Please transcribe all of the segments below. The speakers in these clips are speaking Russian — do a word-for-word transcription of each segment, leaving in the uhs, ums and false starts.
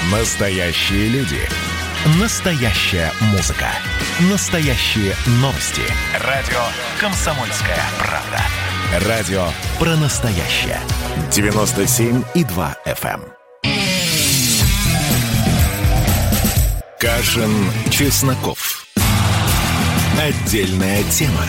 Настоящие люди. Настоящая музыка. Настоящие новости. Радио «Комсомольская правда». Радио про настоящее. девяносто семь и два эф эм. Кашин, Чесноков. Отдельная тема.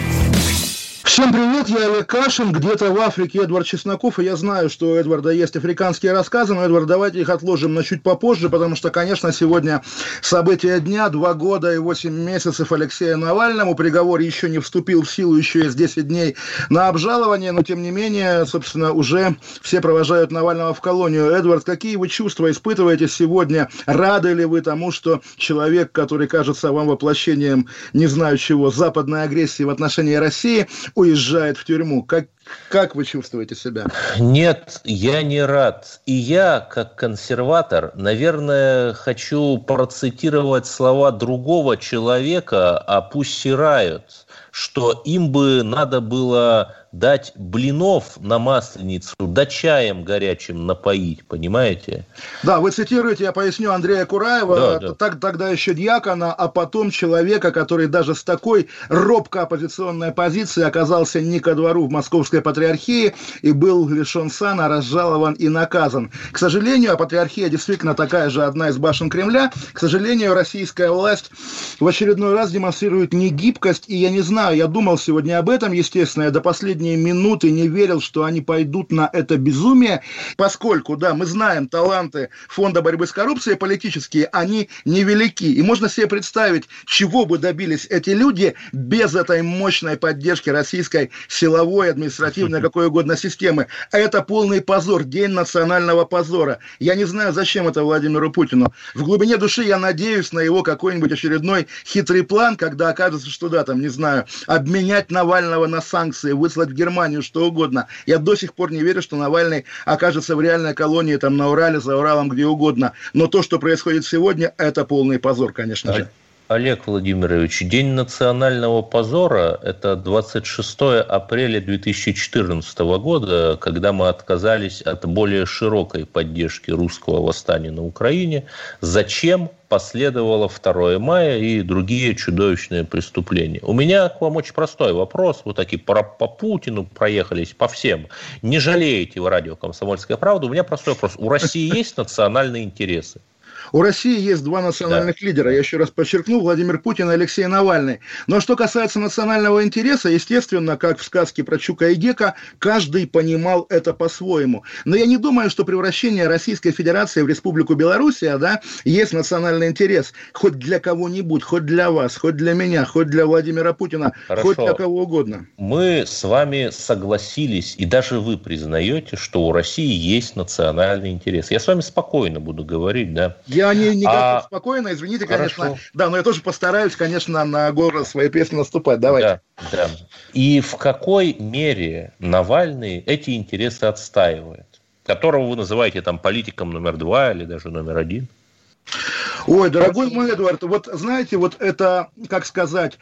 Всем привет, я Олег Кашин, где-то в Африке Эдвард Чесноков, и я знаю, что у Эдварда есть африканские рассказы, но, Эдвард, давайте их отложим на чуть попозже, потому что, конечно, сегодня события дня, два года и восемь месяцев Алексею Навальному, приговор еще не вступил в силу, еще есть десять дней на обжалование, но, тем не менее, собственно, уже все провожают Навального в колонию. Эдвард, какие вы чувства испытываете сегодня? Рады ли вы тому, что человек, который кажется вам воплощением, не знаю чего, западной агрессии в отношении России, уезжает в тюрьму? Как, как вы чувствуете себя? Нет, я не рад. И я, как консерватор, наверное, хочу процитировать слова другого человека, а пусть сирают, что им бы надо было дать блинов на Масленицу, да чаем горячим напоить, понимаете? Да, вы цитируете, я поясню, Андрея Кураева, да, да. Так, тогда еще дьякона, а потом человека, который даже с такой робко оппозиционной позицией оказался не ко двору в Московской патриархии и был лишен сана, разжалован и наказан. К сожалению, а патриархия действительно такая же одна из башен Кремля, к сожалению, российская власть в очередной раз демонстрирует негибкость, и я не знаю, я думал сегодня об этом, естественно, я до последней минуты не верил, что они пойдут на это безумие, поскольку, да, мы знаем таланты Фонда борьбы с коррупцией политические, они невелики. И можно себе представить, чего бы добились эти люди без этой мощной поддержки российской силовой, административной, какой угодно системы. А это полный позор, день национального позора. Я не знаю, зачем это Владимиру Путину. В глубине души я надеюсь на его какой-нибудь очередной хитрый план, когда окажется, что да, там, не знаю, обменять Навального на санкции, выслать в Германию, что угодно. Я до сих пор не верю, что Навальный окажется в реальной колонии, там, на Урале, за Уралом, где угодно. Но то, что происходит сегодня, это полный позор, конечно же. Олег Владимирович, День национального позора – это двадцать шестое апреля две тысячи четырнадцатого года, когда мы отказались от более широкой поддержки русского восстания на Украине. Зачем последовало второе мая и другие чудовищные преступления? У меня к вам очень простой вопрос. Вы такие по, по Путину проехались, по всем. Не жалеете вы радио «Комсомольская правда»? У меня простой вопрос. У России есть национальные интересы? У России есть два национальных да. лидера, я еще раз подчеркну, Владимир Путин и Алексей Навальный. Но что касается национального интереса, естественно, как в сказке про Чука и Гека, каждый понимал это по-своему. Но я не думаю, что превращение Российской Федерации в Республику Белоруссия, да, есть национальный интерес. Хоть для кого-нибудь, хоть для вас, хоть для меня, хоть для Владимира Путина, Хорошо. Хоть для кого угодно. Мы с вами согласились, и даже вы признаете, что у России есть национальный интерес. Я с вами спокойно буду говорить, да. Я не, не а... спокойно, извините, конечно. Хорошо. Да, но я тоже постараюсь, конечно, на голос своей песни наступать. Давайте. Да, да. И в какой мере Навальный эти интересы отстаивает? Которого вы называете там политиком номер два или даже номер один? Ой, дорогой мой Эдвард, вот знаете, вот это, как сказать,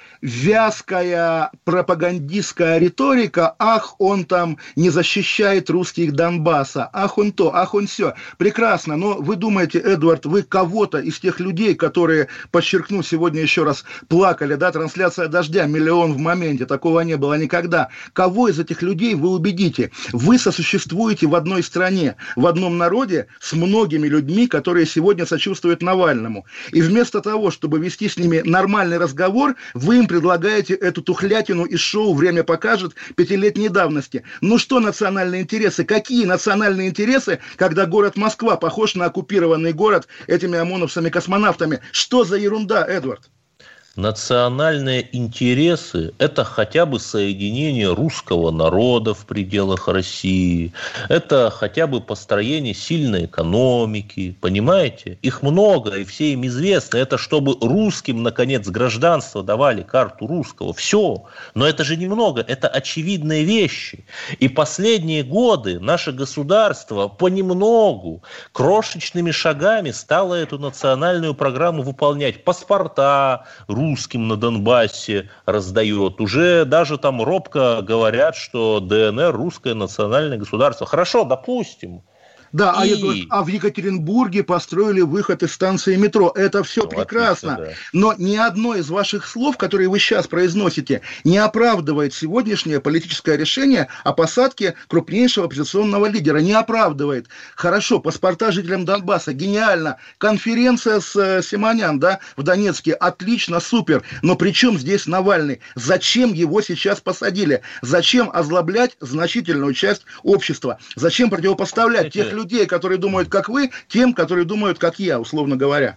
вязкая пропагандистская риторика, ах, он там не защищает русских Донбасса, ах, он то, ах, он все. Прекрасно, но вы думаете, Эдвард, вы кого-то из тех людей, которые, подчеркну, сегодня еще раз плакали, да, трансляция дождя, миллион в моменте, такого не было никогда. Кого из этих людей вы убедите? Вы сосуществуете в одной стране, в одном народе с многими людьми, которые сегодня сочувствуют Навальному. И вместо того, чтобы вести с ними нормальный разговор, вы им предлагаете эту тухлятину из шоу «Время покажет» пятилетней давности. Ну что национальные интересы? Какие национальные интересы, когда город Москва похож на оккупированный город этими ОМОНовцами-космонавтами? Что за ерунда, Эдвард? Национальные интересы – это хотя бы соединение русского народа в пределах России, это хотя бы построение сильной экономики, понимаете? Их много, и все им известно. Это чтобы русским, наконец, гражданство давали, карту русского. Все. Но это же немного, это очевидные вещи. И последние годы наше государство понемногу, крошечными шагами стало эту национальную программу выполнять. Паспорта, русским на Донбассе раздает. Уже даже там робко говорят, что ДНР русское национальное государство. Хорошо, допустим. Да, И... а, а в Екатеринбурге построили выход из станции метро. Это все ну, прекрасно. отлично, да. Но ни одно из ваших слов, которые вы сейчас произносите, не оправдывает сегодняшнее политическое решение о посадке крупнейшего оппозиционного лидера. Не оправдывает. Хорошо, паспорта жителям Донбасса, гениально. Конференция с э, Симонян, да, в Донецке, отлично, супер. Но при чем здесь Навальный? Зачем его сейчас посадили? Зачем озлоблять значительную часть общества? Зачем противопоставлять тех людей, людей, которые думают, как вы, тем, которые думают, как я, условно говоря.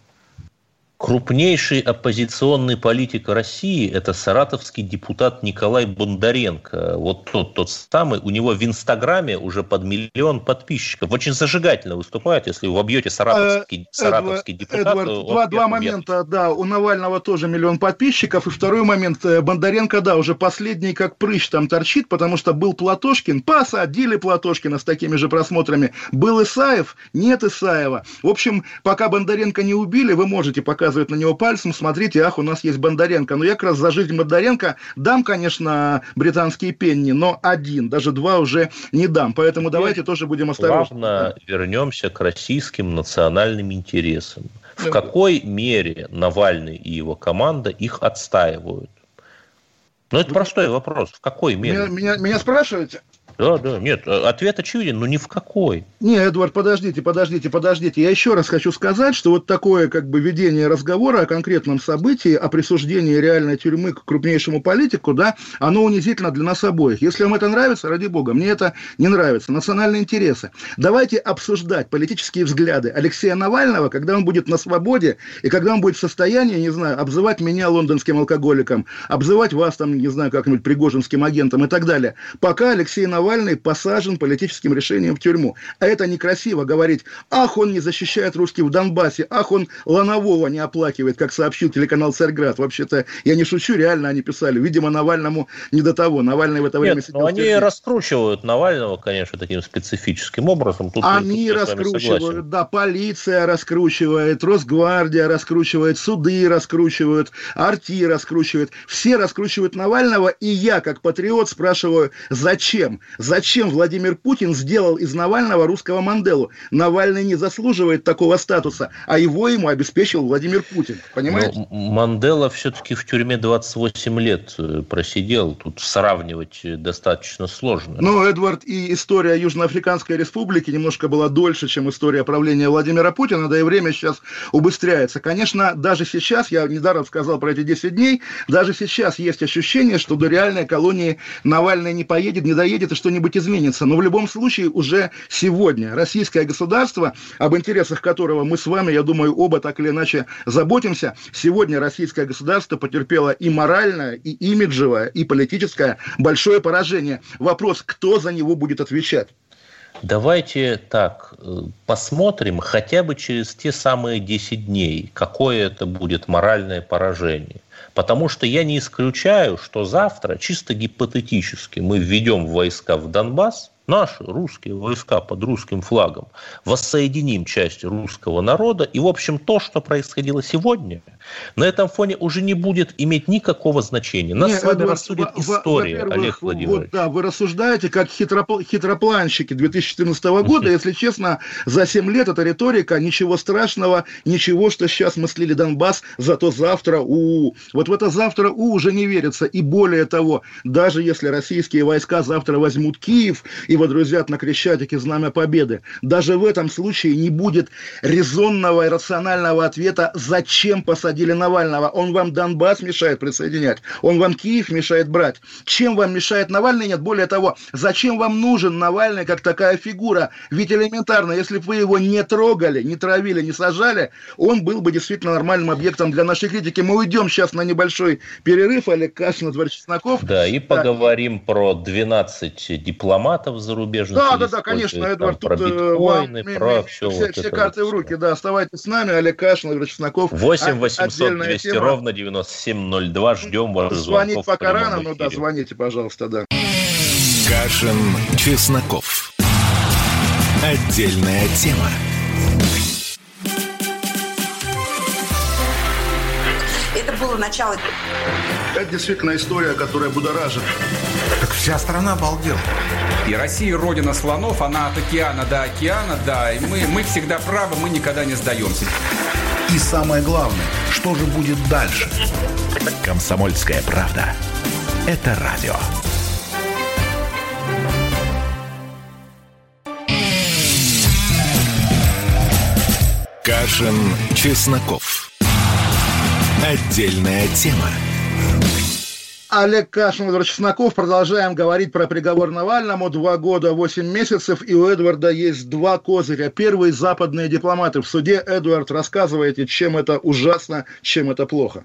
Крупнейший оппозиционный политик России – это саратовский депутат Николай Бондаренко. Вот тот, тот самый, у него в Инстаграме уже под миллион подписчиков. Очень зажигательно выступает, если вы вобьете саратовский, э, саратовский Эдвард, депутат. Эдвард, два, два момента, да, у Навального тоже миллион подписчиков. И второй момент, Бондаренко, да, уже последний как прыщ там торчит, потому что был Платошкин, посадили Платошкина с такими же просмотрами. Был Исаев, нет Исаева. В общем, пока Бондаренко не убили, вы можете пока показывает на него пальцем, смотрите, ах, у нас есть Бондаренко. Но я как раз за жизнь Бондаренко дам, конечно, британские пенни, но один, даже два уже не дам. Поэтому давайте тоже будем осторожны. Главное, вернемся к российским национальным интересам. В какой мере Навальный и его команда их отстаивают? Ну, это простой вопрос. В какой мере? Меня, меня, меня спрашиваете? Да, да, нет, ответ очевиден, но ни в какой. Не, Эдвард, подождите, подождите, подождите. Я еще раз хочу сказать, что вот такое как бы ведение разговора о конкретном событии, о присуждении реальной тюрьмы к крупнейшему политику, да, оно унизительно для нас обоих. Если вам это нравится, ради бога, мне это не нравится. Национальные интересы. Давайте обсуждать политические взгляды Алексея Навального, когда он будет на свободе и когда он будет в состоянии, не знаю, обзывать меня лондонским алкоголиком, обзывать вас там, не знаю, как-нибудь пригожинским агентом и так далее. Пока Алексей Навальный Навальный посажен политическим решением в тюрьму. А это некрасиво говорить, ах, он не защищает русских в Донбассе, ах, он Ланового не оплакивает, как сообщил телеканал «Царьград». Вообще-то, я не шучу, реально они писали. Видимо, Навальному не до того. Навальный в это время Нет, сидел но в они тюрьме. Раскручивают Навального, конечно, таким специфическим образом. Тут, они тут раскручивают, да, полиция раскручивает, Росгвардия раскручивает, суды раскручивают, Арти раскручивает. Все раскручивают Навального, и я, как патриот, спрашиваю, зачем? Зачем Владимир Путин сделал из Навального русского Манделу? Навальный не заслуживает такого статуса, а его ему обеспечил Владимир Путин. Понимаете? Но Мандела все-таки в тюрьме двадцать восемь лет просидел. Тут сравнивать достаточно сложно. Ну, Эдвард, и история Южноафриканской Республики немножко была дольше, чем история правления Владимира Путина, да и время сейчас убыстряется. Конечно, даже сейчас, я недаром сказал про эти десять дней, даже сейчас есть ощущение, что до реальной колонии Навальный не поедет, не доедет, и что-нибудь изменится. Но в любом случае уже сегодня российское государство, об интересах которого мы с вами, я думаю, оба так или иначе заботимся, сегодня российское государство потерпело и моральное, и имиджевое, и политическое большое поражение. Вопрос, кто за него будет отвечать? Давайте так, посмотрим хотя бы через те самые десять дней, какое это будет моральное поражение. Потому что я не исключаю, что завтра, чисто гипотетически, мы введем войска в Донбасс, наши русские войска под русским флагом, воссоединим часть русского народа, и, в общем, то, что происходило сегодня, на этом фоне уже не будет иметь никакого значения. Нас Нет, с вами Эдвард, рассудит в, история, Олег Владимирович. Вот, да, вы рассуждаете как хитропл- хитропланщики две тысячи четырнадцатого года. Если честно, за семь лет эта риторика, ничего страшного, ничего, что сейчас мы слили Донбасс, зато завтра у Вот в это завтра у уже не верится. И более того, даже если российские войска завтра возьмут Киев и водрузят на Крещатике знамя победы, даже в этом случае не будет резонного и рационального ответа, зачем посадили Навального. Он вам Донбасс мешает присоединять, он вам Киев мешает брать. Чем вам мешает Навальный? Нет, более того, зачем вам нужен Навальный как такая фигура? Ведь элементарно, если бы вы его не трогали, не травили, не сажали, он был бы действительно нормальным объектом для нашей критики. Мы уйдем сейчас на небольшой перерыв. Олег Кашин, Эдвард Чесноков. Да, и да. поговорим про двенадцать дипломатов зарубежных. Да, да, да, конечно, Эдвард, про тут биткоины, вам, про ми, все. Все, вот все это карты вот в руки, все. Да, оставайтесь с нами. Олег Кашин, Эдвард Чесноков. восемь восемьсот двести ровно девяносто семь ноль два. Ждем ваших звонков. Звонить пока рано, ну да, звоните, пожалуйста, да. Кашин, Чесноков. Отдельная тема. Это был было начало. Это действительно история, которая будоражит. Так вся страна обалдела. И Россия родина слонов, она от океана до океана, да, и мы, мы всегда правы, мы никогда не сдаемся. И самое главное, что же будет дальше? «Комсомольская правда». Это радио. Кашин, Чесноков. Отдельная тема. Олег Кашин, Владимир Чесноков. Продолжаем говорить про приговор Навальному. Два года, восемь месяцев, и у Эдварда есть два козыря. Первый – западные дипломаты. В суде, Эдвард, рассказываете, чем это ужасно, чем это плохо.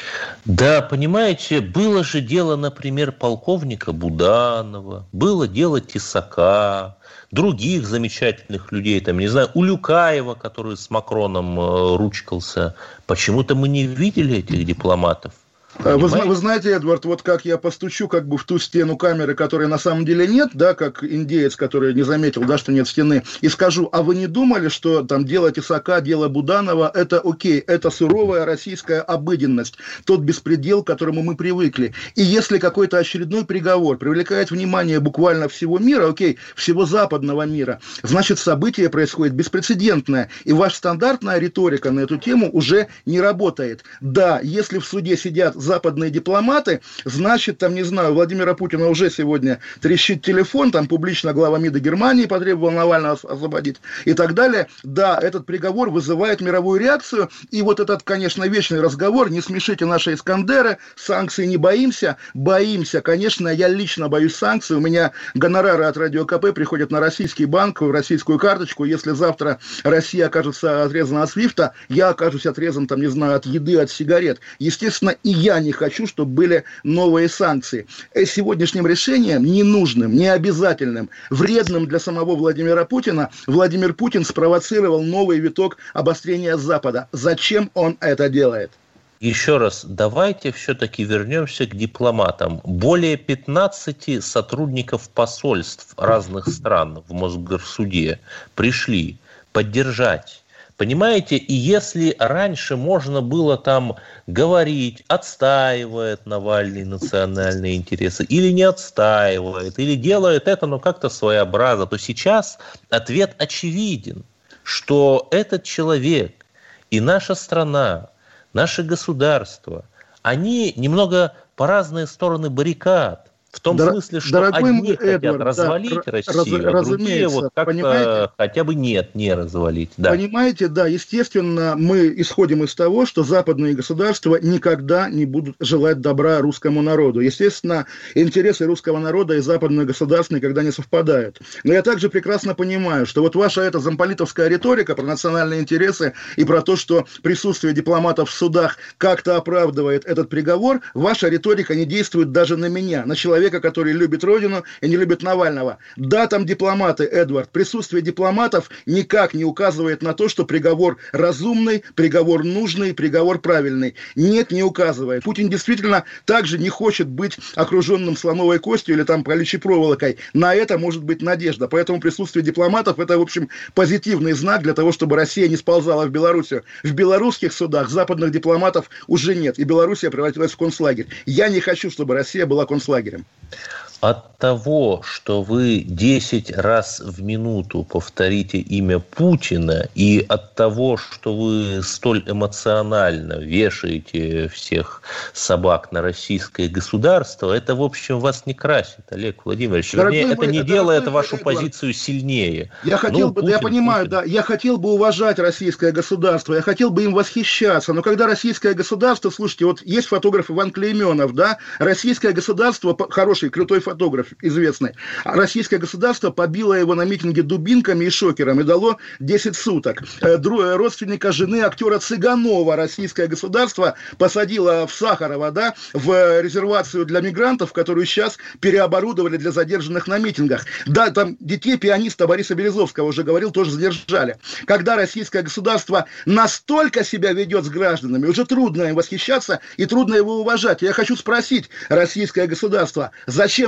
Да, понимаете, было же дело, например, полковника Буданова, было дело Тесака, других замечательных людей, там, не знаю, Улюкаева, который с Макроном э, ручкался. Почему-то мы не видели этих дипломатов. Вы, вы знаете, Эдвард, вот как я постучу как бы в ту стену камеры, которой на самом деле нет, да, как индеец, который не заметил, да, что нет стены, и скажу, а вы не думали, что там дело Тесака, дело Буданова, это окей, это суровая российская обыденность, тот беспредел, к которому мы привыкли. И если какой-то очередной приговор привлекает внимание буквально всего мира, окей, всего западного мира, значит, событие происходит беспрецедентное, и ваша стандартная риторика на эту тему уже не работает. Да, если в суде сидят западные дипломаты, значит, там, не знаю, Владимира Путина уже сегодня трещит телефон, там публично глава МИДа Германии потребовал Навального освободить и так далее. Да, этот приговор вызывает мировую реакцию, и вот этот, конечно, вечный разговор, не смешите наши Искандеры, санкций не боимся, боимся, конечно, я лично боюсь санкций, у меня гонорары от Радио КП приходят на российский банк, в российскую карточку, если завтра Россия окажется отрезана от свифта, я окажусь отрезан, там, не знаю, от еды, от сигарет. Естественно, и я не хочу, чтобы были новые санкции. Сегодняшним решением, ненужным, необязательным, вредным для самого Владимира Путина, Владимир Путин спровоцировал новый виток обострения Запада. Зачем он это делает? Еще раз, давайте все-таки вернемся к дипломатам. Более пятнадцати сотрудников посольств разных стран в Мосгорсуде пришли поддержать. Понимаете, и если раньше можно было там говорить, отстаивает Навальный национальные интересы, или не отстаивает, или делает это, но как-то своеобразно, то сейчас ответ очевиден, что этот человек и наша страна, наше государство, они немного по разные стороны баррикад. В том Дор- смысле, что одни хотят Эдвард, развалить да, Россию, раз, а другие вот как-то понимаете? Хотя бы нет, не развалить. Да. Понимаете, да, естественно, мы исходим из того, что западные государства никогда не будут желать добра русскому народу. Естественно, интересы русского народа и западных государств никогда не совпадают. Но я также прекрасно понимаю, что вот ваша эта замполитовская риторика про национальные интересы и про то, что присутствие дипломатов в судах как-то оправдывает этот приговор, ваша риторика не действует даже на меня, на человека, который любит родину и не любит Навального. Да, там дипломаты, Эдвард. Присутствие дипломатов никак не указывает на то, что приговор разумный, приговор нужный, приговор правильный. Нет, не указывает. Путин действительно также не хочет быть окруженным слоновой костью или там колючей проволокой. На это может быть надежда. Поэтому присутствие дипломатов – это, в общем, позитивный знак для того, чтобы Россия не сползала в Белоруссию. В белорусских судах западных дипломатов уже нет, и Белоруссия превратилась в концлагерь. Я не хочу, чтобы Россия была концлагерем. От того, что вы десять раз в минуту повторите имя Путина, и от того, что вы столь эмоционально вешаете всех собак на российское государство, это, в общем, вас не красит, Олег Владимирович. Вернее, это мой, не это делает вашу Эдвард. позицию сильнее. Я хотел ну, бы, Путин, я понимаю, Путин. да, я хотел бы уважать российское государство, я хотел бы им восхищаться, но когда российское государство, слушайте, вот есть фотограф Иван Клейменов, да, российское государство, хороший, крутой фотограф, известный. Российское государство побило его на митинге дубинками и шокером и дало десять суток. Родственника жены актера Цыганова российское государство посадило в Сахарова, да, в резервацию для мигрантов, которую сейчас переоборудовали для задержанных на митингах. Да, там детей пианиста Бориса Березовского, уже говорил, тоже задержали. Когда российское государство настолько себя ведет с гражданами, уже трудно им восхищаться и трудно его уважать. Я хочу спросить российское государство, зачем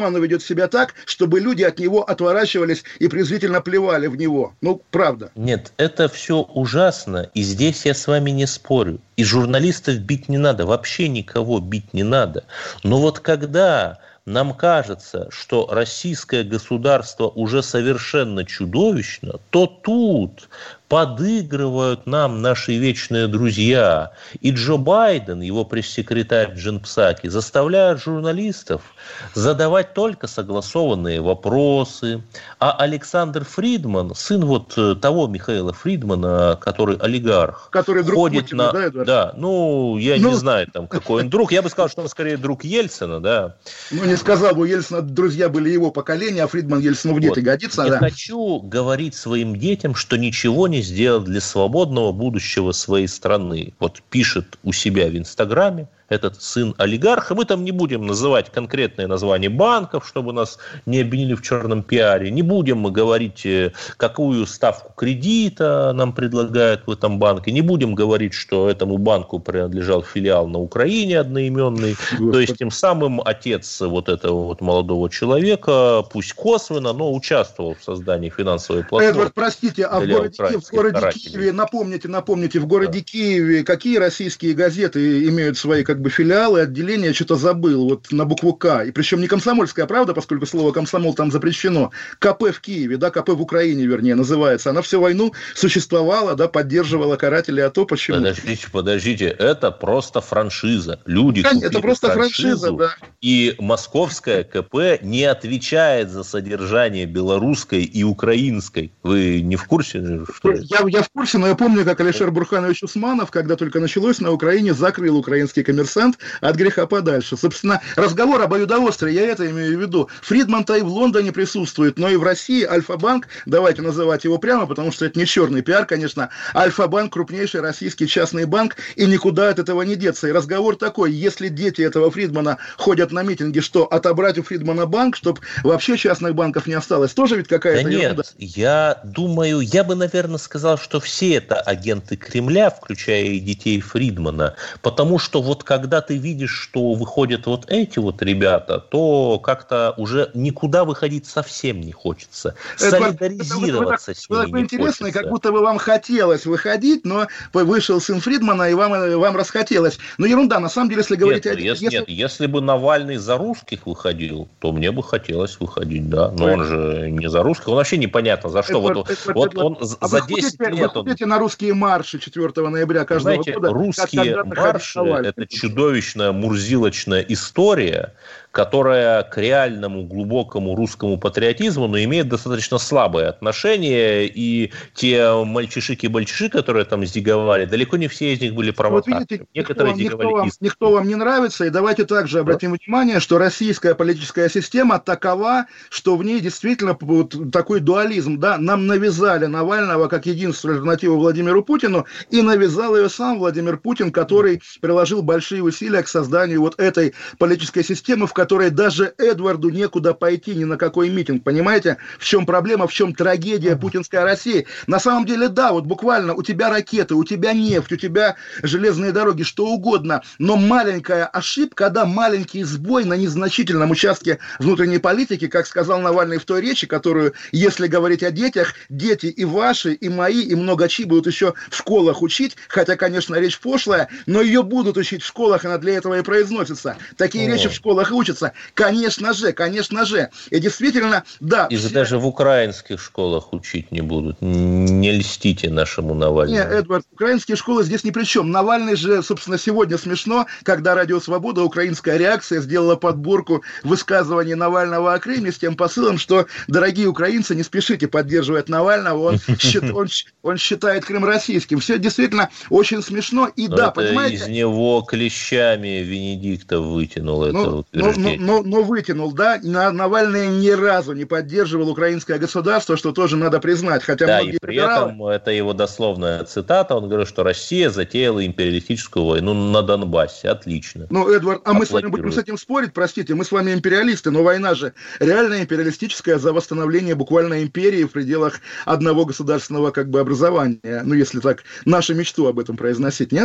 обману ведет себя так, чтобы люди от него отворачивались и презрительно плевали в него. Ну, правда. Нет, это все ужасно, и здесь я с вами не спорю. И журналистов бить не надо, вообще никого бить не надо. Но вот когда нам кажется, что российское государство уже совершенно чудовищно, то тут подыгрывают нам наши вечные друзья. И Джо Байден, его пресс-секретарь Джен Псаки, заставляют журналистов задавать только согласованные вопросы. А Александр Фридман, сын вот того Михаила Фридмана, который олигарх, который друг ходит Путина, на... да, Эдуард? Да, ну, я ну... не знаю, там, какой он друг. Я бы сказал, что он скорее друг Ельцина, да. Ну, не сказал бы, у Ельцина друзья были его поколения, а Фридман Ельцину в дети вот. годится. Я да. хочу говорить своим детям, что ничего не сделал для свободного будущего своей страны. Вот пишет у себя в Инстаграме этот сын олигарха. Мы там не будем называть конкретные названия банков, чтобы нас не обвинили в черном пиаре. Не будем мы говорить, какую ставку кредита нам предлагают в этом банке. Не будем говорить, что этому банку принадлежал филиал на Украине одноименный. Господи. То есть, тем самым отец вот этого вот молодого человека, пусть косвенно, но участвовал в создании финансовой платформы. Эдвард, простите, а в городе, в городе Киеве, напомните, напомните, в городе да. Киеве какие российские газеты имеют свои как бы филиалы, отделения, что-то забыл, вот на букву К. И причем не «Комсомольская правда», поскольку слово «комсомол» там запрещено. КП в Киеве, да, КП в Украине, вернее, называется. Она всю войну существовала, да, поддерживала карателей АТО. Почему? Подождите, подождите, это просто франшиза. Люди да, купили это просто франшизу, франшиза, да. И московская КП не отвечает за содержание белорусской и украинской. Вы не в курсе? Что я, я в курсе, но я помню, как Алишер Бурханович Усманов, когда только началось на Украине, закрыл украинский «Коммерсант» от греха подальше. Собственно, разговор обоюдоострый, я это имею в виду. Фридман-то и в Лондоне присутствует, но и в России Альфа-банк, давайте называть его прямо, потому что это не черный пиар, конечно, Альфа-банк крупнейший российский частный банк, и никуда от этого не деться. И разговор такой, если дети этого Фридмана ходят на митинги, что отобрать у Фридмана банк, чтобы вообще частных банков не осталось, тоже ведь какая-то да нет, ерунда. Я думаю, я бы, наверное, сказал, что все это агенты Кремля, включая и детей Фридмана, потому что вот когда ты видишь, что выходят вот эти вот ребята, то как-то уже никуда выходить совсем не хочется. Это, солидаризироваться это, это, это, с ними это, это не интересно, хочется. Как будто бы вам хотелось выходить, но вышел сын Фридмана, и вам, вам расхотелось. Но ерунда, на самом деле, если говорить... Нет, о... если, если... нет, если бы Навальный за русских выходил, то мне бы хотелось выходить, да. Но он же не за русских, он вообще непонятно за что. Это, вот это, вот это, он а за вы десять ходите, лет... Вы ходите он... на русские марши четвёртого ноября каждого Знаете, года? Русские марши – это чудовищная мурзилочная история, которая к реальному глубокому русскому патриотизму, но имеет достаточно слабое отношение, и те мальчишики-бальчиши, которые там зиговали, далеко не все из них были провокаторами. Вот видите, Некоторые никто, зиговали никто, вам, никто вам не нравится, и давайте также обратим да. внимание, что российская политическая система такова, что в ней действительно вот такой дуализм, да, нам навязали Навального как единственную альтернативу Владимиру Путину, и навязал ее сам Владимир Путин, который приложил большие усилия к созданию вот этой политической системы, в которой даже Эдварду некуда пойти ни на какой митинг, понимаете? В чем проблема, в чем трагедия путинской России? На самом деле, да, вот буквально у тебя ракеты, у тебя нефть, у тебя железные дороги, что угодно, но маленькая ошибка, да, маленький сбой на незначительном участке внутренней политики, как сказал Навальный в той речи, которую, если говорить о детях, дети и ваши, и мои, и много чьи будут еще в школах учить, хотя, конечно, речь пошлая, но ее будут учить в школах, она для этого и произносится. Такие О. речи в школах и учатся. Конечно же, конечно же. И действительно, да. И все... даже в украинских школах учить не будут. Не льстите нашему Навальному. Нет, Эдвард, украинские школы здесь ни при чем. Навальный же, собственно, сегодня смешно, когда Радио Свобода, украинская реакция, сделала подборку высказываний Навального о Крыме с тем посылом, что, дорогие украинцы, не спешите поддерживать Навального, он, счит, он, он считает Крым российским. Все действительно очень смешно. И но да, это понимаете... из него клещами Венедиктов вытянул это ну, утверждение. Но, но, но вытянул, да, Навальный ни разу не поддерживал украинское государство, что тоже надо признать, хотя да, многие и при либералы... этом, это его дословная цитата, он говорит, что Россия затеяла империалистическую войну на Донбассе, отлично. Ну, Эдвард, а мы с вами будем с этим спорить, простите, мы с вами империалисты, но война же реально империалистическая за восстановление буквально империи в пределах одного государственного как бы образования, ну, если так нашу мечту об этом произносить, нет?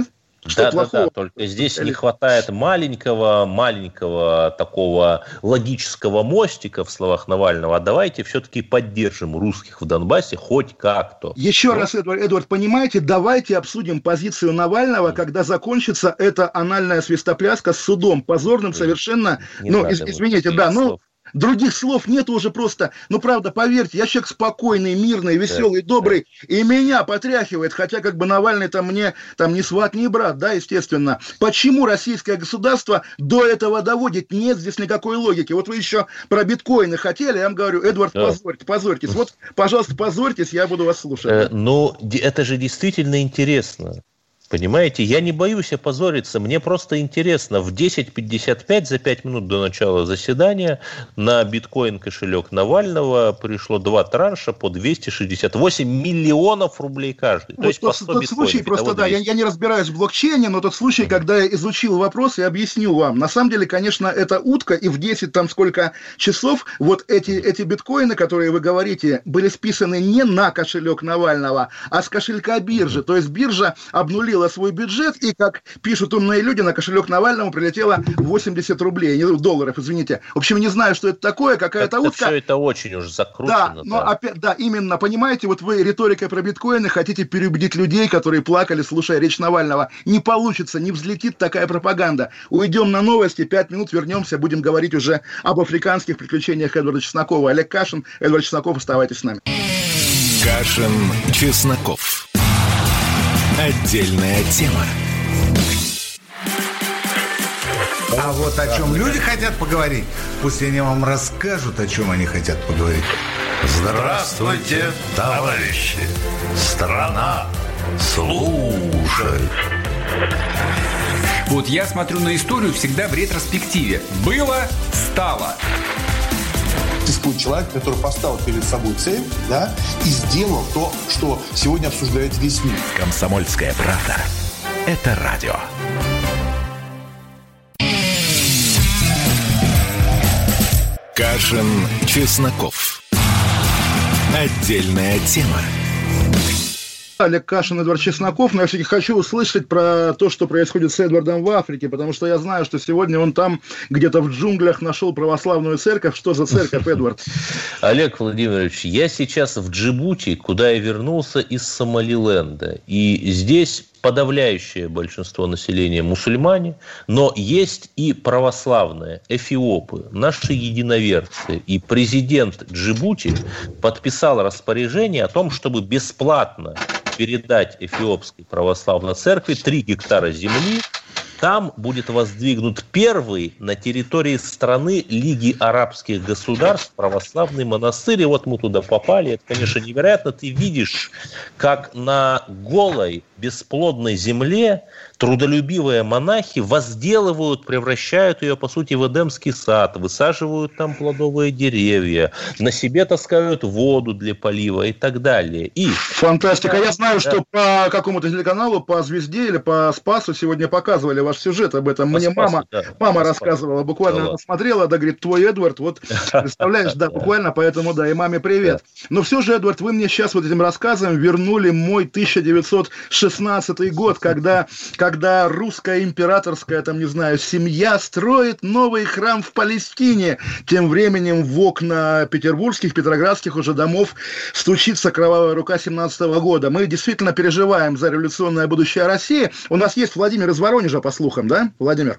Что да, плохого? Да, да, только здесь не хватает маленького, маленького такого логического мостика в словах Навального. А давайте все-таки поддержим русских в Донбассе хоть как-то. Еще вот. раз, Эдвард, Эдвард, понимаете, давайте обсудим позицию Навального, когда закончится эта анальная свистопляска с судом, позорным совершенно. Не ну, надо из, извините, да, ну... Других слов нет уже просто. Ну, правда, поверьте, я человек спокойный, мирный, веселый, да, добрый, да. И меня потряхивает, хотя как бы Навальный там мне там не сват, не брат, да, естественно. Почему российское государство до этого доводит? Нет здесь никакой логики. Вот вы еще про биткоины хотели, я вам говорю, Эдвард, да. позорьте, позорьтесь. Вот, пожалуйста, позорьтесь, я буду вас слушать. Э, ну, это же действительно интересно. Понимаете, я не боюсь опозориться, мне просто интересно. В десять пятьдесят пять, за пять минут до начала заседания, на биткоин-кошелек Навального пришло два транша по двести шестьдесят восемь миллионов рублей каждый. Вот то есть тот, по сто тот случай, просто да, я, я не разбираюсь в блокчейне, но тот случай, mm-hmm. когда я изучил вопрос и объяснил вам. На самом деле, конечно, это утка, и в десять там сколько часов вот эти, mm-hmm. эти биткоины, которые вы говорите, были списаны не на кошелек Навального, а с кошелька биржи. Mm-hmm. То есть биржа обнулила свой бюджет, и, как пишут умные люди, на кошелек Навального прилетело восемьдесят рублей, не долларов, извините. В общем, не знаю, что это такое, какая-то это утка. Все это очень уж закручено. Да, но да. Опять, да, именно, понимаете, вот вы риторикой про биткоины хотите переубедить людей, которые плакали, слушая речь Навального. Не получится, не взлетит такая пропаганда. Уйдем на новости, пять минут, вернемся, будем говорить уже об африканских приключениях Эдварда Чеснокова. Олег Кашин, Эдвард Чесноков, оставайтесь с нами. Кашин, Чесноков. Отдельная тема. А вот о чем люди хотят поговорить, пусть они вам расскажут, о чем они хотят поговорить. Здравствуйте, товарищи! Страна служит! Вот я смотрю на историю всегда в ретроспективе. Было, стало. Искать человек, который поставил перед собой цель, да, и сделал то, что сегодня обсуждает весь мир. Комсомольская правда. Это радио. Кашин, Чесноков. Отдельная тема. Олег Кашин, Эдвард Чесноков, но я все-таки хочу услышать про то, что происходит с Эдвардом в Африке, потому что я знаю, что сегодня он там где-то в джунглях нашел православную церковь. Что за церковь, Эдвард? Олег Владимирович, я сейчас в Джибути, куда я вернулся из Сомалиленда, и здесь подавляющее большинство населения мусульмане, но есть и православные эфиопы, наши единоверцы. И президент Джибути подписал распоряжение о том, чтобы бесплатно передать эфиопской православной церкви три гектара земли. Там будет воздвигнут первый на территории страны Лиги арабских государств православный монастырь. И вот мы туда попали. Это, конечно, невероятно. Ты видишь, как на голой, бесплодной земле трудолюбивые монахи возделывают, превращают ее, по сути, в Эдемский сад, высаживают там плодовые деревья, на себе таскают воду для полива и так далее. И... Фантастика. Я знаю, да. что по какому-то телеканалу, по «Звезде» или по «Спасу» сегодня показывали ваш сюжет об этом. По Мне Спасу, мама, да. мама по рассказывала, Спасу. буквально да. смотрела, да, говорит, твой Эдвард, вот, представляешь, да, буквально, поэтому, да, и маме привет. Но все же, Эдвард, вы мне сейчас вот этим рассказом вернули мой тысяча девятьсот шестнадцатый год, когда, когда русская императорская, там, не знаю, семья строит новый храм в Палестине. Тем временем в окна петербургских, петроградских уже домов стучится кровавая рука семнадцатого года. Мы действительно переживаем за революционное будущее России. У нас есть Владимир из Воронежа, по слухам, да, Владимир?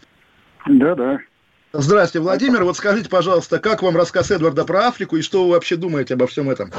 Да, да. Здравствуйте, Владимир. Вот скажите, пожалуйста, как вам рассказ Эдварда про Африку и что вы вообще думаете обо всем этом?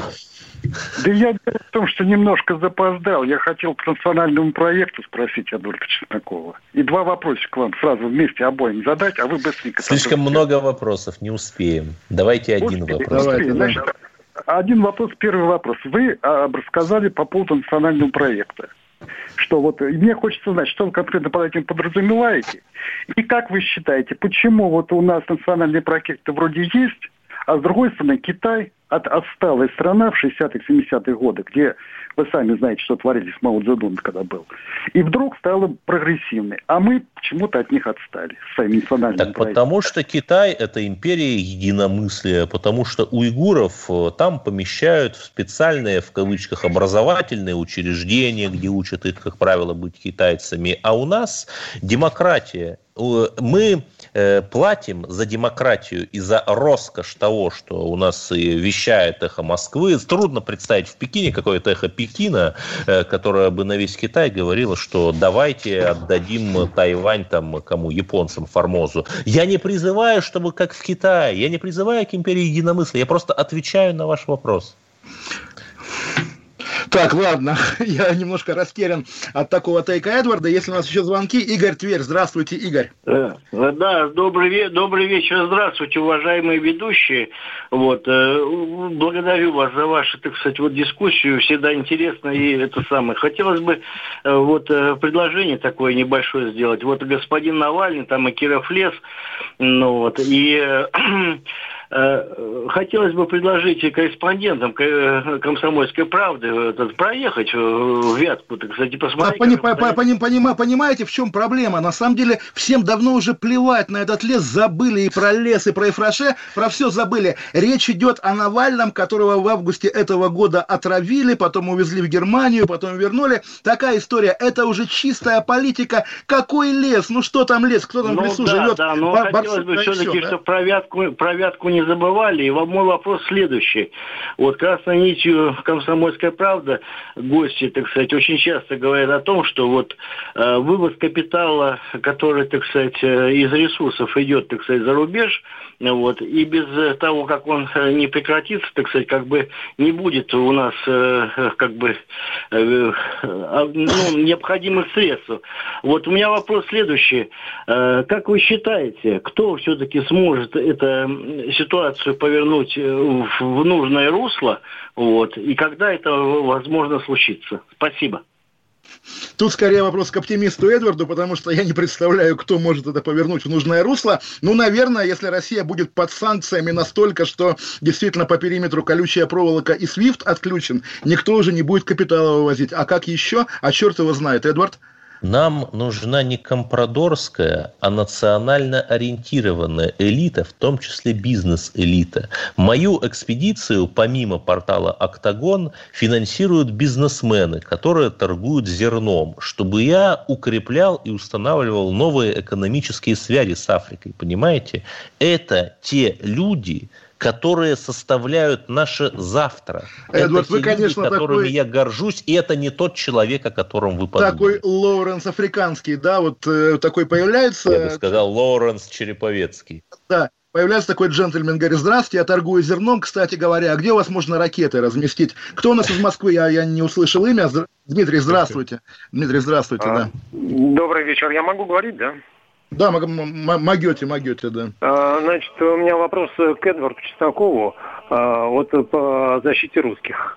Да я в том, что немножко запоздал. Я хотел по национальному проекту спросить Эдварда Чеснокова. И два вопросика вам сразу вместе обоим задать, а вы быстренько... Слишком много вопросов, не успеем. Давайте один успеем, вопрос. Давайте, значит, один вопрос, первый вопрос. Вы а, рассказали по поводу национального проекта. Что вот, мне хочется знать, что вы конкретно под этим подразумеваете, и как вы считаете, почему вот у нас национальные проекты вроде есть, а с другой стороны Китай, от, отсталая страна в шестидесятых, семидесятых годах, где вы сами знаете, что творили с Мао Цзэдуном, когда был, и вдруг стала прогрессивной. А мы почему-то от них отстали своими национальными Так проектами. потому что Китай – это империя единомыслия, потому что уйгуров там помещают в специальные, в кавычках, образовательные учреждения, где учат их, как правило, быть китайцами. А у нас демократия. Мы э, платим за демократию и за роскошь того, что у нас и вещает эхо Москвы. Трудно представить в Пекине какое-то эхо Пекина, э, которое бы на весь Китай говорило, что давайте отдадим Тайвань там кому, японцам, Формозу. Я не призываю, чтобы как в Китае, я не призываю к империи единомыслия, я просто отвечаю на ваш вопрос. Так, ладно, я немножко растерян от такого тейка Эдварда. Если у нас еще звонки, Игорь, Тверь. Здравствуйте, Игорь. Да, добрый, добрый вечер, здравствуйте, уважаемые ведущие. Вот, благодарю вас за вашу, так сказать, вот дискуссию, всегда интересно и это самое. Хотелось бы вот предложение такое небольшое сделать. Вот господин Навальный, там и Киров лес, ну вот, и... Хотелось бы предложить корреспондентам «Комсомольской правды» проехать в Вятку, так сказать, и посмотреть... А, пони, по, по, пони, пони, понимаете, в чем проблема? На самом деле, всем давно уже плевать на этот лес, забыли и про лес, и про Ефраше, про все забыли. Речь идет о Навальном, которого в августе этого года отравили, потом увезли в Германию, потом вернули. Такая история. Это уже чистая политика. Какой лес? Ну что там лес? Кто там ну, в лесу да, живет? Да, но Бар- хотелось бы все-таки, да? чтобы про Вятку, про Вятку не забывали. И мой вопрос следующий. Вот красной нитью «Комсомольская правда» гости, так сказать, очень часто говорят о том, что вот э, вывоз капитала, который, так сказать, э, из ресурсов идет, так сказать, за рубеж, вот, и без того, как он не прекратится, так сказать, как бы не будет у нас э, как бы э, э, ну, необходимых средств. Вот у меня вопрос следующий. Э, как вы считаете, кто все-таки сможет эту ситуацию повернуть в, в нужное русло, вот, и когда это возможно случится? Спасибо. Тут скорее вопрос к оптимисту Эдварду, потому что я не представляю, кто может это повернуть в нужное русло. Ну, наверное, если Россия будет под санкциями настолько, что действительно по периметру колючая проволока и свифт отключен, никто уже не будет капитала вывозить. А как еще? А черт его знает, Эдвард? Нам нужна не компрадорская, а национально ориентированная элита, в том числе бизнес-элита. Мою экспедицию, помимо портала «Октагон», финансируют бизнесмены, которые торгуют зерном, чтобы я укреплял и устанавливал новые экономические связи с Африкой. Понимаете? Это те люди, которые составляют наше завтра. Эдвард, это вы, те конечно, люди, которыми такой... я горжусь, и это не тот человек, о котором вы подумали. Такой Лоуренс африканский, да, вот э, такой появляется... Я бы сказал, Лоуренс Череповецкий. Да, появляется такой джентльмен, говорит: здравствуйте, я торгую зерном, кстати говоря, а где у вас можно ракеты разместить? Кто у нас из Москвы? Я, я не услышал имя. Дмитрий, здравствуйте. Дмитрий, здравствуйте, а, да. Добрый вечер, я могу говорить, да? Да, могете, могете, да. Значит, у меня вопрос к Эдварду Чеснокову, вот по защите русских.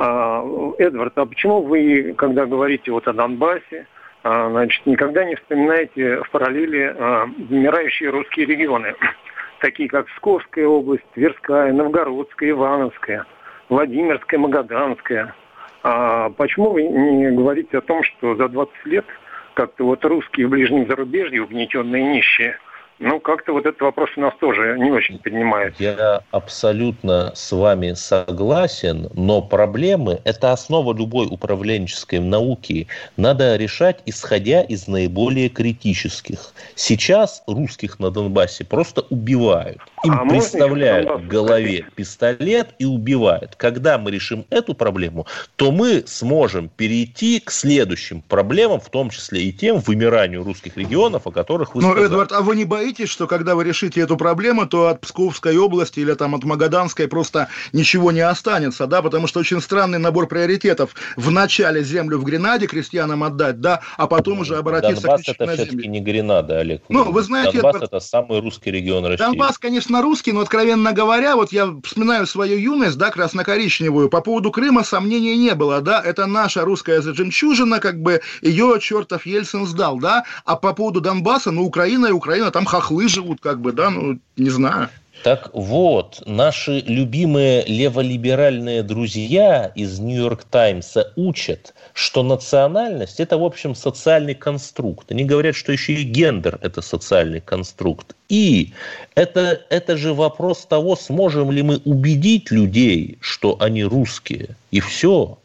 Эдвард, а почему вы, когда говорите вот о Донбассе, значит, никогда не вспоминаете в параллели вымирающие русские регионы, такие как Псковская область, Тверская, Новгородская, Ивановская, Владимирская, Магаданская? Почему вы не говорите о том, что за двадцать лет как-то вот русские в ближнем зарубежье, угнетенные нищие, ну, как-то вот этот вопрос у нас тоже не очень поднимается. Я абсолютно с вами согласен, но проблемы – это основа любой управленческой науки. Надо решать, исходя из наиболее критических. Сейчас русских на Донбассе просто убивают. Им а приставляют в голове пистолет и убивают. Когда мы решим эту проблему, то мы сможем перейти к следующим проблемам, в том числе и тем вымиранию русских регионов, о которых вы ну, сказали. Эдвард, а вы не боитесь, что когда вы решите эту проблему, то от Псковской области или там от Магаданской просто ничего не останется, да, потому что очень странный набор приоритетов. Вначале землю в Гренаде крестьянам отдать, да, а потом уже обратиться Донбасс к личной это земле. все-таки не Гренада, Олег. Ну, вы знаете, Донбасс Эдвард... это самый русский регион России. Донбасс, конечно, русский, но, откровенно говоря, вот я вспоминаю свою юность, да, красно-коричневую, по поводу Крыма сомнений не было, да, это наша русская жемчужина, как бы ее чертов Ельцин сдал, да, а по поводу Донбасса, ну, Украина и Украина, там хохлы живут, как бы, да, ну, не знаю. Так вот, наши любимые леволиберальные друзья из «Нью-Йорк Таймса» учат, что национальность – это, в общем, социальный конструкт. Они говорят, что еще и гендер – это социальный конструкт. И это, это же вопрос того, сможем ли мы убедить людей, что они русские. И все.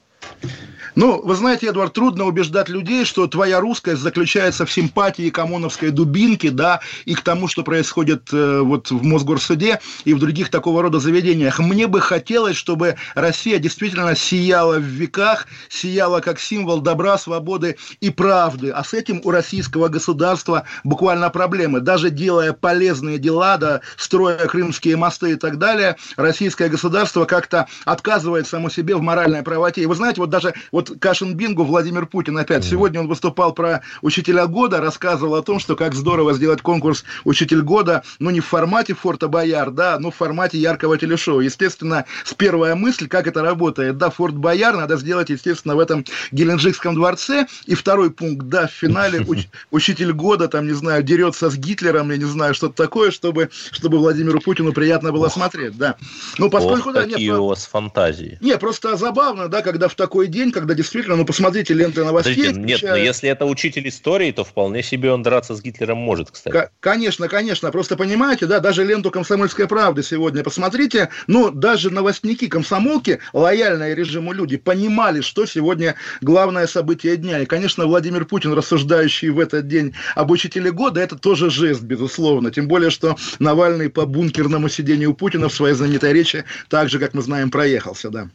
Ну, вы знаете, Эдвард, трудно убеждать людей, что твоя русскость заключается в симпатии к ОМОНовской дубинке, да, и к тому, что происходит э, вот в Мосгорсуде и в других такого рода заведениях. Мне бы хотелось, чтобы Россия действительно сияла в веках, сияла как символ добра, свободы и правды. А с этим у российского государства буквально проблемы. Даже делая полезные дела, да, строя крымские мосты и так далее, российское государство как-то отказывает само себе в моральной правоте. И вы знаете, вот даже... Вот Кашин-Бингу Владимир Путин опять. Сегодня он выступал про учителя года, рассказывал о том, что как здорово сделать конкурс «Учитель года», ну, не в формате Форта Боярд, да, но в формате яркого телешоу. Естественно, с первая мысль, как это работает. Да, Форт Боярд надо сделать, естественно, в этом Геленджикском дворце. И второй пункт, да, в финале уч- «Учитель года», там, не знаю, дерется с Гитлером, я не знаю, что-то такое, чтобы, чтобы Владимиру Путину приятно было смотреть, да. Ну, поскольку... Ох, да, какие нет, у вас фантазии. Не, просто забавно, да, когда в такой день, когда действительно, ну, посмотрите ленты новостей. Подождите, нет, но если это учитель истории, то вполне себе он драться с Гитлером может, кстати. К- конечно, конечно. Просто понимаете, да, даже ленту «Комсомольской правды» сегодня посмотрите, ну, даже новостники комсомолки, лояльные режиму люди, понимали, что сегодня главное событие дня. И, конечно, Владимир Путин, рассуждающий в этот день об учителе года, это тоже жест, безусловно. Тем более, что Навальный по бункерному сидению Путина в своей знаменитой речи, так же, как мы знаем, проехался, да.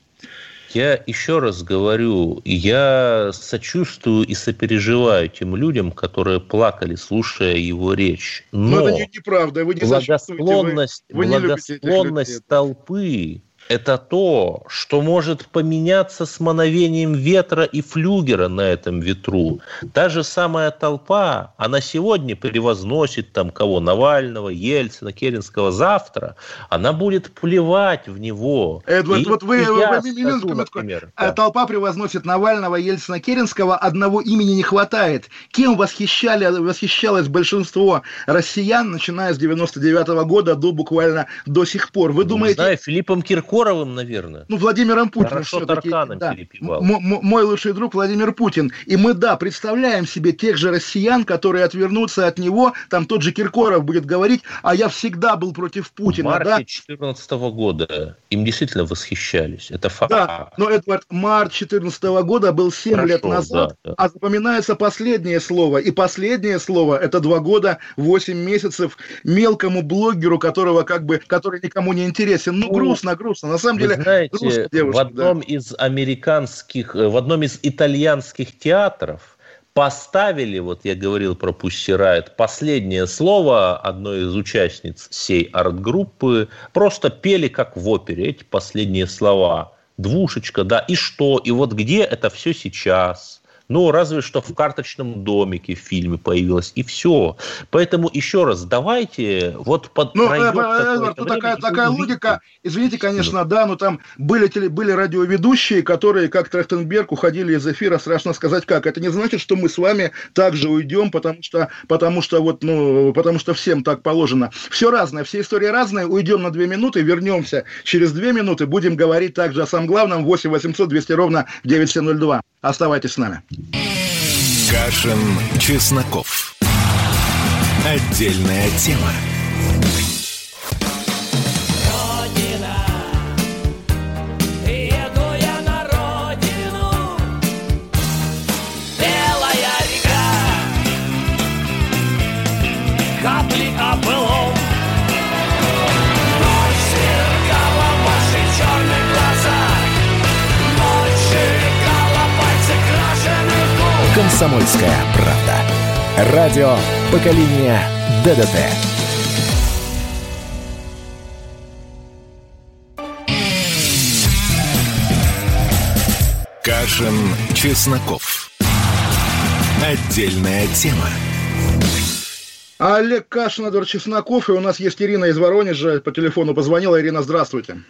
Я еще раз говорю, я сочувствую и сопереживаю тем людям, которые плакали, слушая его речь. Но, Но это не, неправда, вы не благосклонность, вы, вы не благосклонность толпы – это то, что может поменяться с мановением ветра и флюгера на этом ветру. Та же самая толпа, она сегодня превозносит там кого? Навального, Ельцина, Керенского. Завтра она будет плевать в него. Эдвард, и, вот вы, и вы, я вы скажу, минутку, например, да. Толпа превозносит Навального, Ельцина, Керенского, одного имени не хватает. Кем восхищали, восхищалось большинство россиян, начиная с девяносто девятого года до буквально до сих пор? Вы думаете... Не знаю, Филиппом Киркоровым, наверное. Ну, Владимиром Путиным. Хорошо Тарканом да. перепевал. М- м- мой лучший друг Владимир Путин. И мы, да, представляем себе тех же россиян, которые отвернутся от него. Там тот же Киркоров будет говорить, а я всегда был против Путина. В марте две тысяча четырнадцатого года им действительно восхищались. Это факт. Да, но, Эдвард, март две тысячи четырнадцатого года был семь Хорошо, лет назад, да, да. А запоминается последнее слово. И последнее слово – это два года, восемь месяцев мелкому блогеру, которого как бы, который никому не интересен. Ну, грустно, грустно. На самом Вы деле, знаете, грустно, девушка, в одном да. из американских, в одном из итальянских театров поставили, вот я говорил про Pussy Riot, последнее слово одной из участниц сей арт-группы, просто пели как в опере эти последние слова. Двушечка, да, и что? И вот где это все сейчас? Ну, разве что в «Карточном домике» в фильме появилось, и все. Поэтому еще раз, давайте вот под ну, пройдет э, э, ну, такая, такая логика, извините, конечно, да, но там были, теле, были радиоведущие, которые, как Трахтенберг, уходили из эфира, страшно сказать как. Это не значит, что мы с вами также уйдем, потому что, потому что, вот, ну, потому что всем так положено. Все разное, все истории разные, уйдем на две минуты, вернемся через две минуты, будем говорить также о самом главном. Восемь восемьсот двести ровно девяносто семь ноль два. Оставайтесь с нами. Кашин, Чесноков. Отдельная тема. Родина, еду я на родину, белая река, капли о былом. Ночь сверкала в ваших черных глазах, ночь сжигала пальцы крашеных губ. Комсомольская правда. Радио поколения ДДТ. Кашин, Чесноков. Отдельная тема. Олег Кашин, Эдвард Чесноков, и у нас есть Ирина из Воронежа, по телефону позвонила. Ирина, здравствуйте.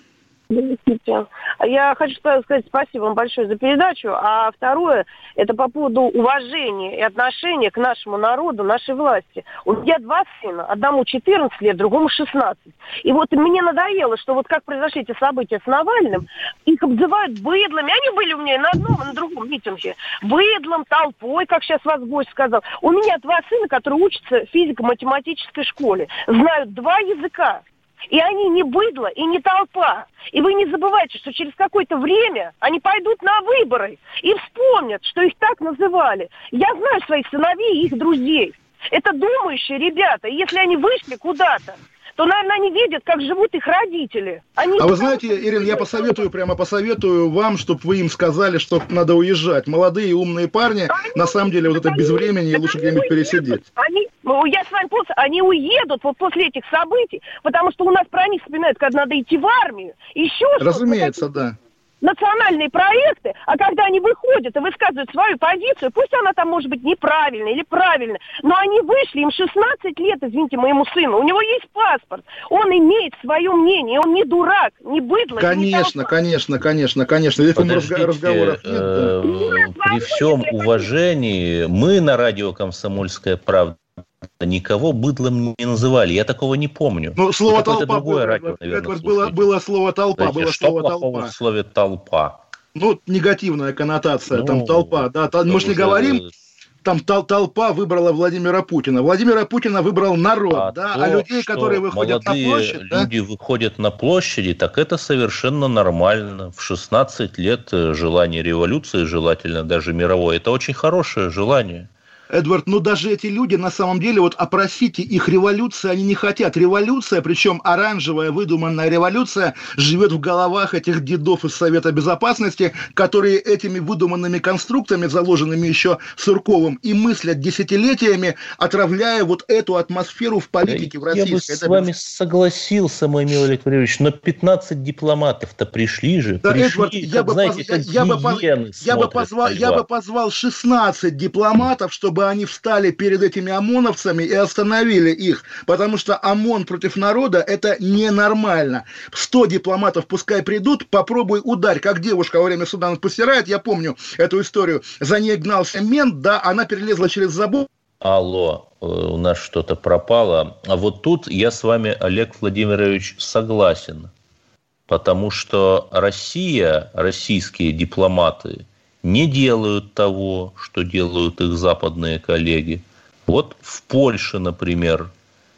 Здравствуйте. Я хочу сказать спасибо вам большое за передачу. А второе, это по поводу уважения и отношения к нашему народу, нашей власти. У меня два сына. Одному четырнадцать лет, другому шестнадцать. И вот мне надоело, что вот как произошли эти события с Навальным, их обзывают быдлами. Они были у меня и на одном, и на другом митинге. Быдлом, толпой, как сейчас вас гость сказал. У меня два сына, которые учатся в физико-математической школе. Знают два языка. И они не быдло и не толпа. И вы не забывайте, что через какое-то время они пойдут на выборы и вспомнят, что их так называли. Я знаю своих сыновей и их друзей. Это думающие ребята. И если они вышли куда-то, то, наверное, они видят, как живут их родители. Они а вы знаете, Ирина, я посоветую, прямо посоветую вам, чтобы вы им сказали, что надо уезжать. Молодые умные парни, они на самом деле, вот это безвременье, лучше где-нибудь пересидеть. Они, ну, я с вами полностью, они уедут вот после этих событий, потому что у нас про них вспоминают, когда надо идти в армию, еще что-то. Разумеется, да. Национальные проекты, а когда они выходят и высказывают свою позицию, пусть она там может быть неправильная или правильная, но они вышли, им шестнадцать лет, извините, моему сыну, у него есть паспорт, он имеет свое мнение, он не дурак, не быдло. Конечно, не конечно, конечно, конечно. Здесь Подождите, разговоров нет. Э, да. При всем уважении, мы на радио «Комсомольская правда» никого быдлом не называли. Я такого не помню. Ну, слово это толпа другое было, радио, наверное, было, было слово толпа. Знаете, было что слово плохого толпа. в слове толпа? Ну, негативная коннотация, Ну, там толпа. Да, там, мы же не говорим, там тол- толпа выбрала Владимира Путина. Владимира Путина выбрал народ, а да, то, а людей, которые выходят на площадь... люди да? выходят на площади, так это совершенно нормально. В шестнадцать лет желание революции, желательно даже мировой, это очень хорошее желание. Эдвард, ну даже эти люди, на самом деле, вот опросите их революции, они не хотят. Революция, причем оранжевая выдуманная революция, живет в головах этих дедов из Совета Безопасности, которые этими выдуманными конструктами, заложенными еще Сурковым, и мыслят десятилетиями, отравляя вот эту атмосферу в политике, в российской. Я бы с вами согласился, мой милый Олег Валерьевич, но пятнадцать дипломатов-то пришли же. Да, пришли, Эдвард, я, как, бы знаете, поз... я, я, бы поз... я, бы позвал, я бы позвал шестнадцать дипломатов, чтобы они встали перед этими ОМОНовцами и остановили их, потому что ОМОН против народа – это ненормально. сто дипломатов пускай придут, попробуй ударь, как девушка во время суда постирает, я помню эту историю, за ней гнался мент, да, она перелезла через забор. Алло, у нас что-то пропало. А вот тут я с вами, Олег Владимирович, согласен, потому что Россия, российские дипломаты не делают того, что делают их западные коллеги. Вот в Польше, например,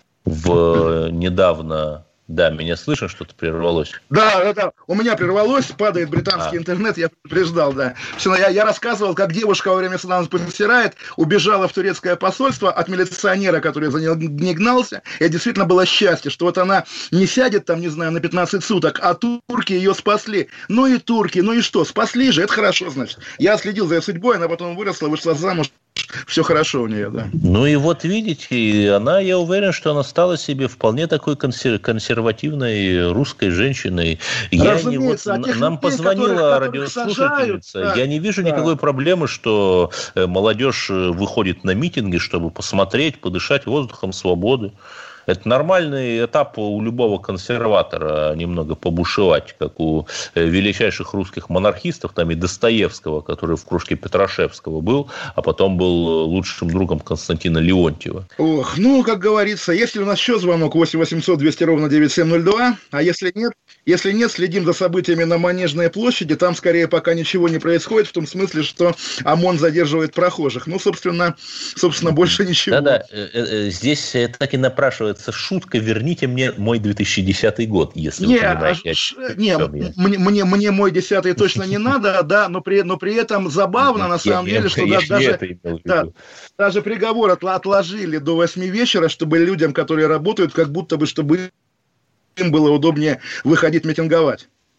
в недавно... Да, меня слышно, что-то прервалось. Да, да, да. У меня прервалось, падает британский а. интернет, я предупреждал, да. Все, я, я рассказывал, как девушка во время суда постирает, убежала в турецкое посольство от милиционера, который за ней гнался. И действительно было счастье, что вот она не сядет там, не знаю, на пятнадцать суток, а турки ее спасли. Ну и турки, ну и что, спасли же, это хорошо, значит. Я следил за ее судьбой, она потом выросла, вышла замуж. Все хорошо у нее, да. Ну и вот видите, она, я уверен, что она стала себе вполне такой консер- консервативной русской женщиной. Я не, вот, а нам людей, позвонила радиослушательница. Да, я не вижу да. никакой проблемы, что молодежь выходит на митинги, чтобы посмотреть, подышать воздухом свободы. Это нормальный этап у любого консерватора, немного побушевать, как у величайших русских монархистов, там и Достоевского, который в кружке Петрашевского был, а потом был лучшим другом Константина Леонтьева. Ох, ну, как говорится, если у нас еще звонок восемь восемьсот двести ровно девяносто семь ноль два, а если нет, если нет, следим за событиями на Манежной площади, там скорее пока ничего не происходит, в том смысле, что ОМОН задерживает прохожих. Ну, собственно, собственно больше ничего. Да-да, здесь так и напрашивается шутка, верните мне мой две тысячи десятый год, если не, вы понимаете. Ш... Не, мне, мне, мне мой десятый точно не надо, да, но при, но при этом забавно, на самом деле, что даже, да, даже приговор отложили до восьми вечера, чтобы людям, которые работают, как будто бы, чтобы им было удобнее выходить митинговать.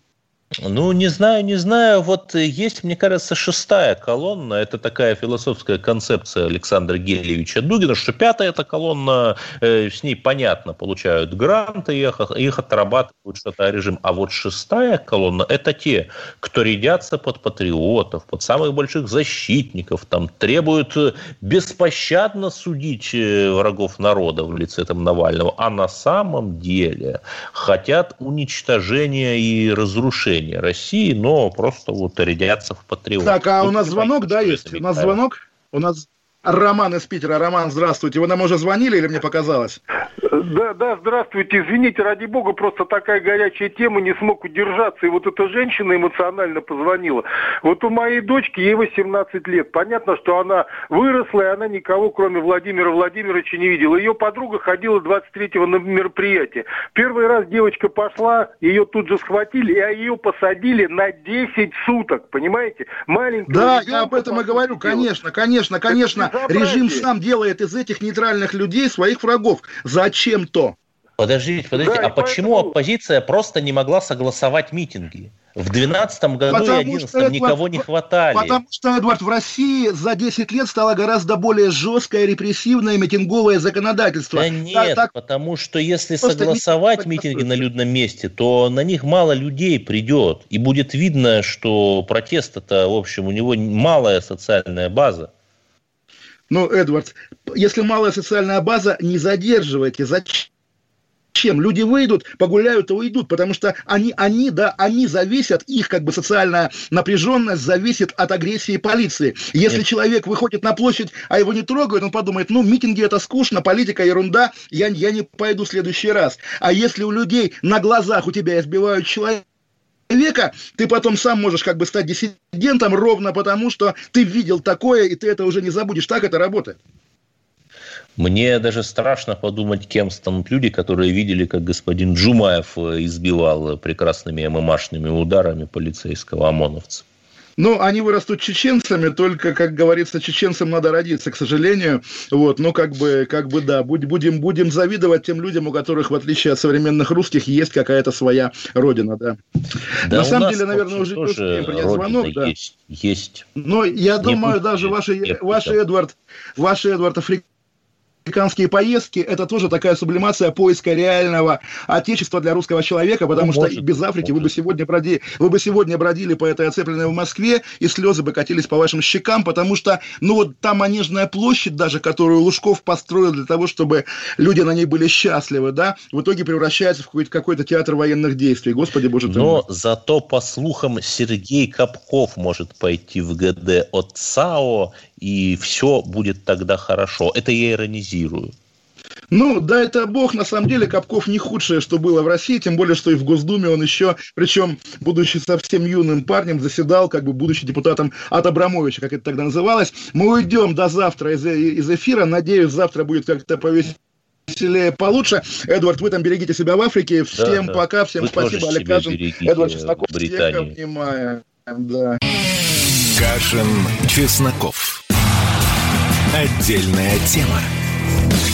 Ну, не знаю, не знаю. Вот есть, мне кажется, шестая колонна. Это такая философская концепция Александра Гелевича Дугина, что пятая эта колонна, э, с ней понятно, получают гранты, их, их отрабатывают что-то режим. А вот шестая колонна – это те, кто рядятся под патриотов, под самых больших защитников, там, требуют беспощадно судить врагов народа в лице там, Навального, а на самом деле хотят уничтожения и разрушения России, но просто вот рядятся в патриоты. Так, а у нас звонок, да, есть? У нас звонок? У нас Роман из Питера. Роман, здравствуйте. Вы нам уже звонили или мне показалось? Да, да, здравствуйте. Извините, ради бога, просто такая горячая тема, не смог удержаться. И вот эта женщина эмоционально позвонила. Вот у моей дочки, ей восемнадцать лет. Понятно, что она выросла, и она никого, кроме Владимира Владимировича, не видела. Ее подруга ходила двадцать третьего на мероприятие. Первый раз девочка пошла, ее тут же схватили, а ее посадили на десять суток. Понимаете? Маленькая. Да, я об этом и говорю. Конечно, конечно, конечно. Режим сам делает из этих нейтральных людей своих врагов. Зачем-то? Подождите, подождите. Да, а почему поэтому... оппозиция просто не могла согласовать митинги? В двенадцатом году потому и одиннадцатом никого Эдвард, не хватали. Потому что, Эдвард, в России за десять лет стало гораздо более жесткое репрессивное митинговое законодательство. Да нет, так, потому что если согласовать митинги на людном месте, то на них мало людей придет. И будет видно, что протест-то, в общем, у него малая социальная база. Ну, Эдвард, если малая социальная база, не задерживайте. Зачем? Люди выйдут, погуляют и уйдут, потому что они, они, да, они зависят, их как бы социальная напряженность зависит от агрессии полиции. Если Нет. человек выходит на площадь, а его не трогают, он подумает, ну, митинги это скучно, политика ерунда, я, я не пойду в следующий раз. А если у людей на глазах у тебя избивают человека, века, ты потом сам можешь как бы стать диссидентом ровно потому, что ты видел такое, и ты это уже не забудешь. Так это работает. Мне даже страшно подумать, кем станут люди, которые видели, как господин Джумаев избивал прекрасными ММАшными ударами полицейского ОМОНовца. Ну, они вырастут чеченцами, только, как говорится, чеченцам надо родиться, к сожалению. Вот, ну, как бы, как бы, да, будем, будем завидовать тем людям, у которых, в отличие от современных русских, есть какая-то своя родина, да. Да, на самом деле, наверное, уже успеем принять звонок, да. Есть, есть. Но я Не думаю, даже ваши, ваши, Эдвард, ваши, Эдвард, африканские Американские поездки – это тоже такая сублимация поиска реального отечества для русского человека, потому ну, что может, без Африки вы бы, сегодня бродили, вы бы сегодня бродили по этой оцепленной в Москве, и слезы бы катились по вашим щекам, потому что, ну вот та Манежная площадь даже, которую Лужков построил для того, чтобы люди на ней были счастливы, да, в итоге превращается в какой-то, какой-то театр военных действий. Господи боже ты мой. Но зато, по слухам, Сергей Капков может пойти в ГД от ЦАО, и все будет тогда хорошо. Это я иронизирую. Ну, да, это бог, на самом деле, Капков не худшее, что было в России, тем более, что и в Госдуме он еще, причем, будучи совсем юным парнем, заседал, как бы, будучи депутатом от Абрамовича, как это тогда называлось. Мы уйдем до завтра из, из эфира, надеюсь, завтра будет как-то повеселее, получше. Эдвард, вы там берегите себя в Африке. Всем да, пока, всем вы спасибо, Олег Кашин, Эдвард Чесноков, всех обнимаю. Да. Кашин, Чесноков. Отдельная тема.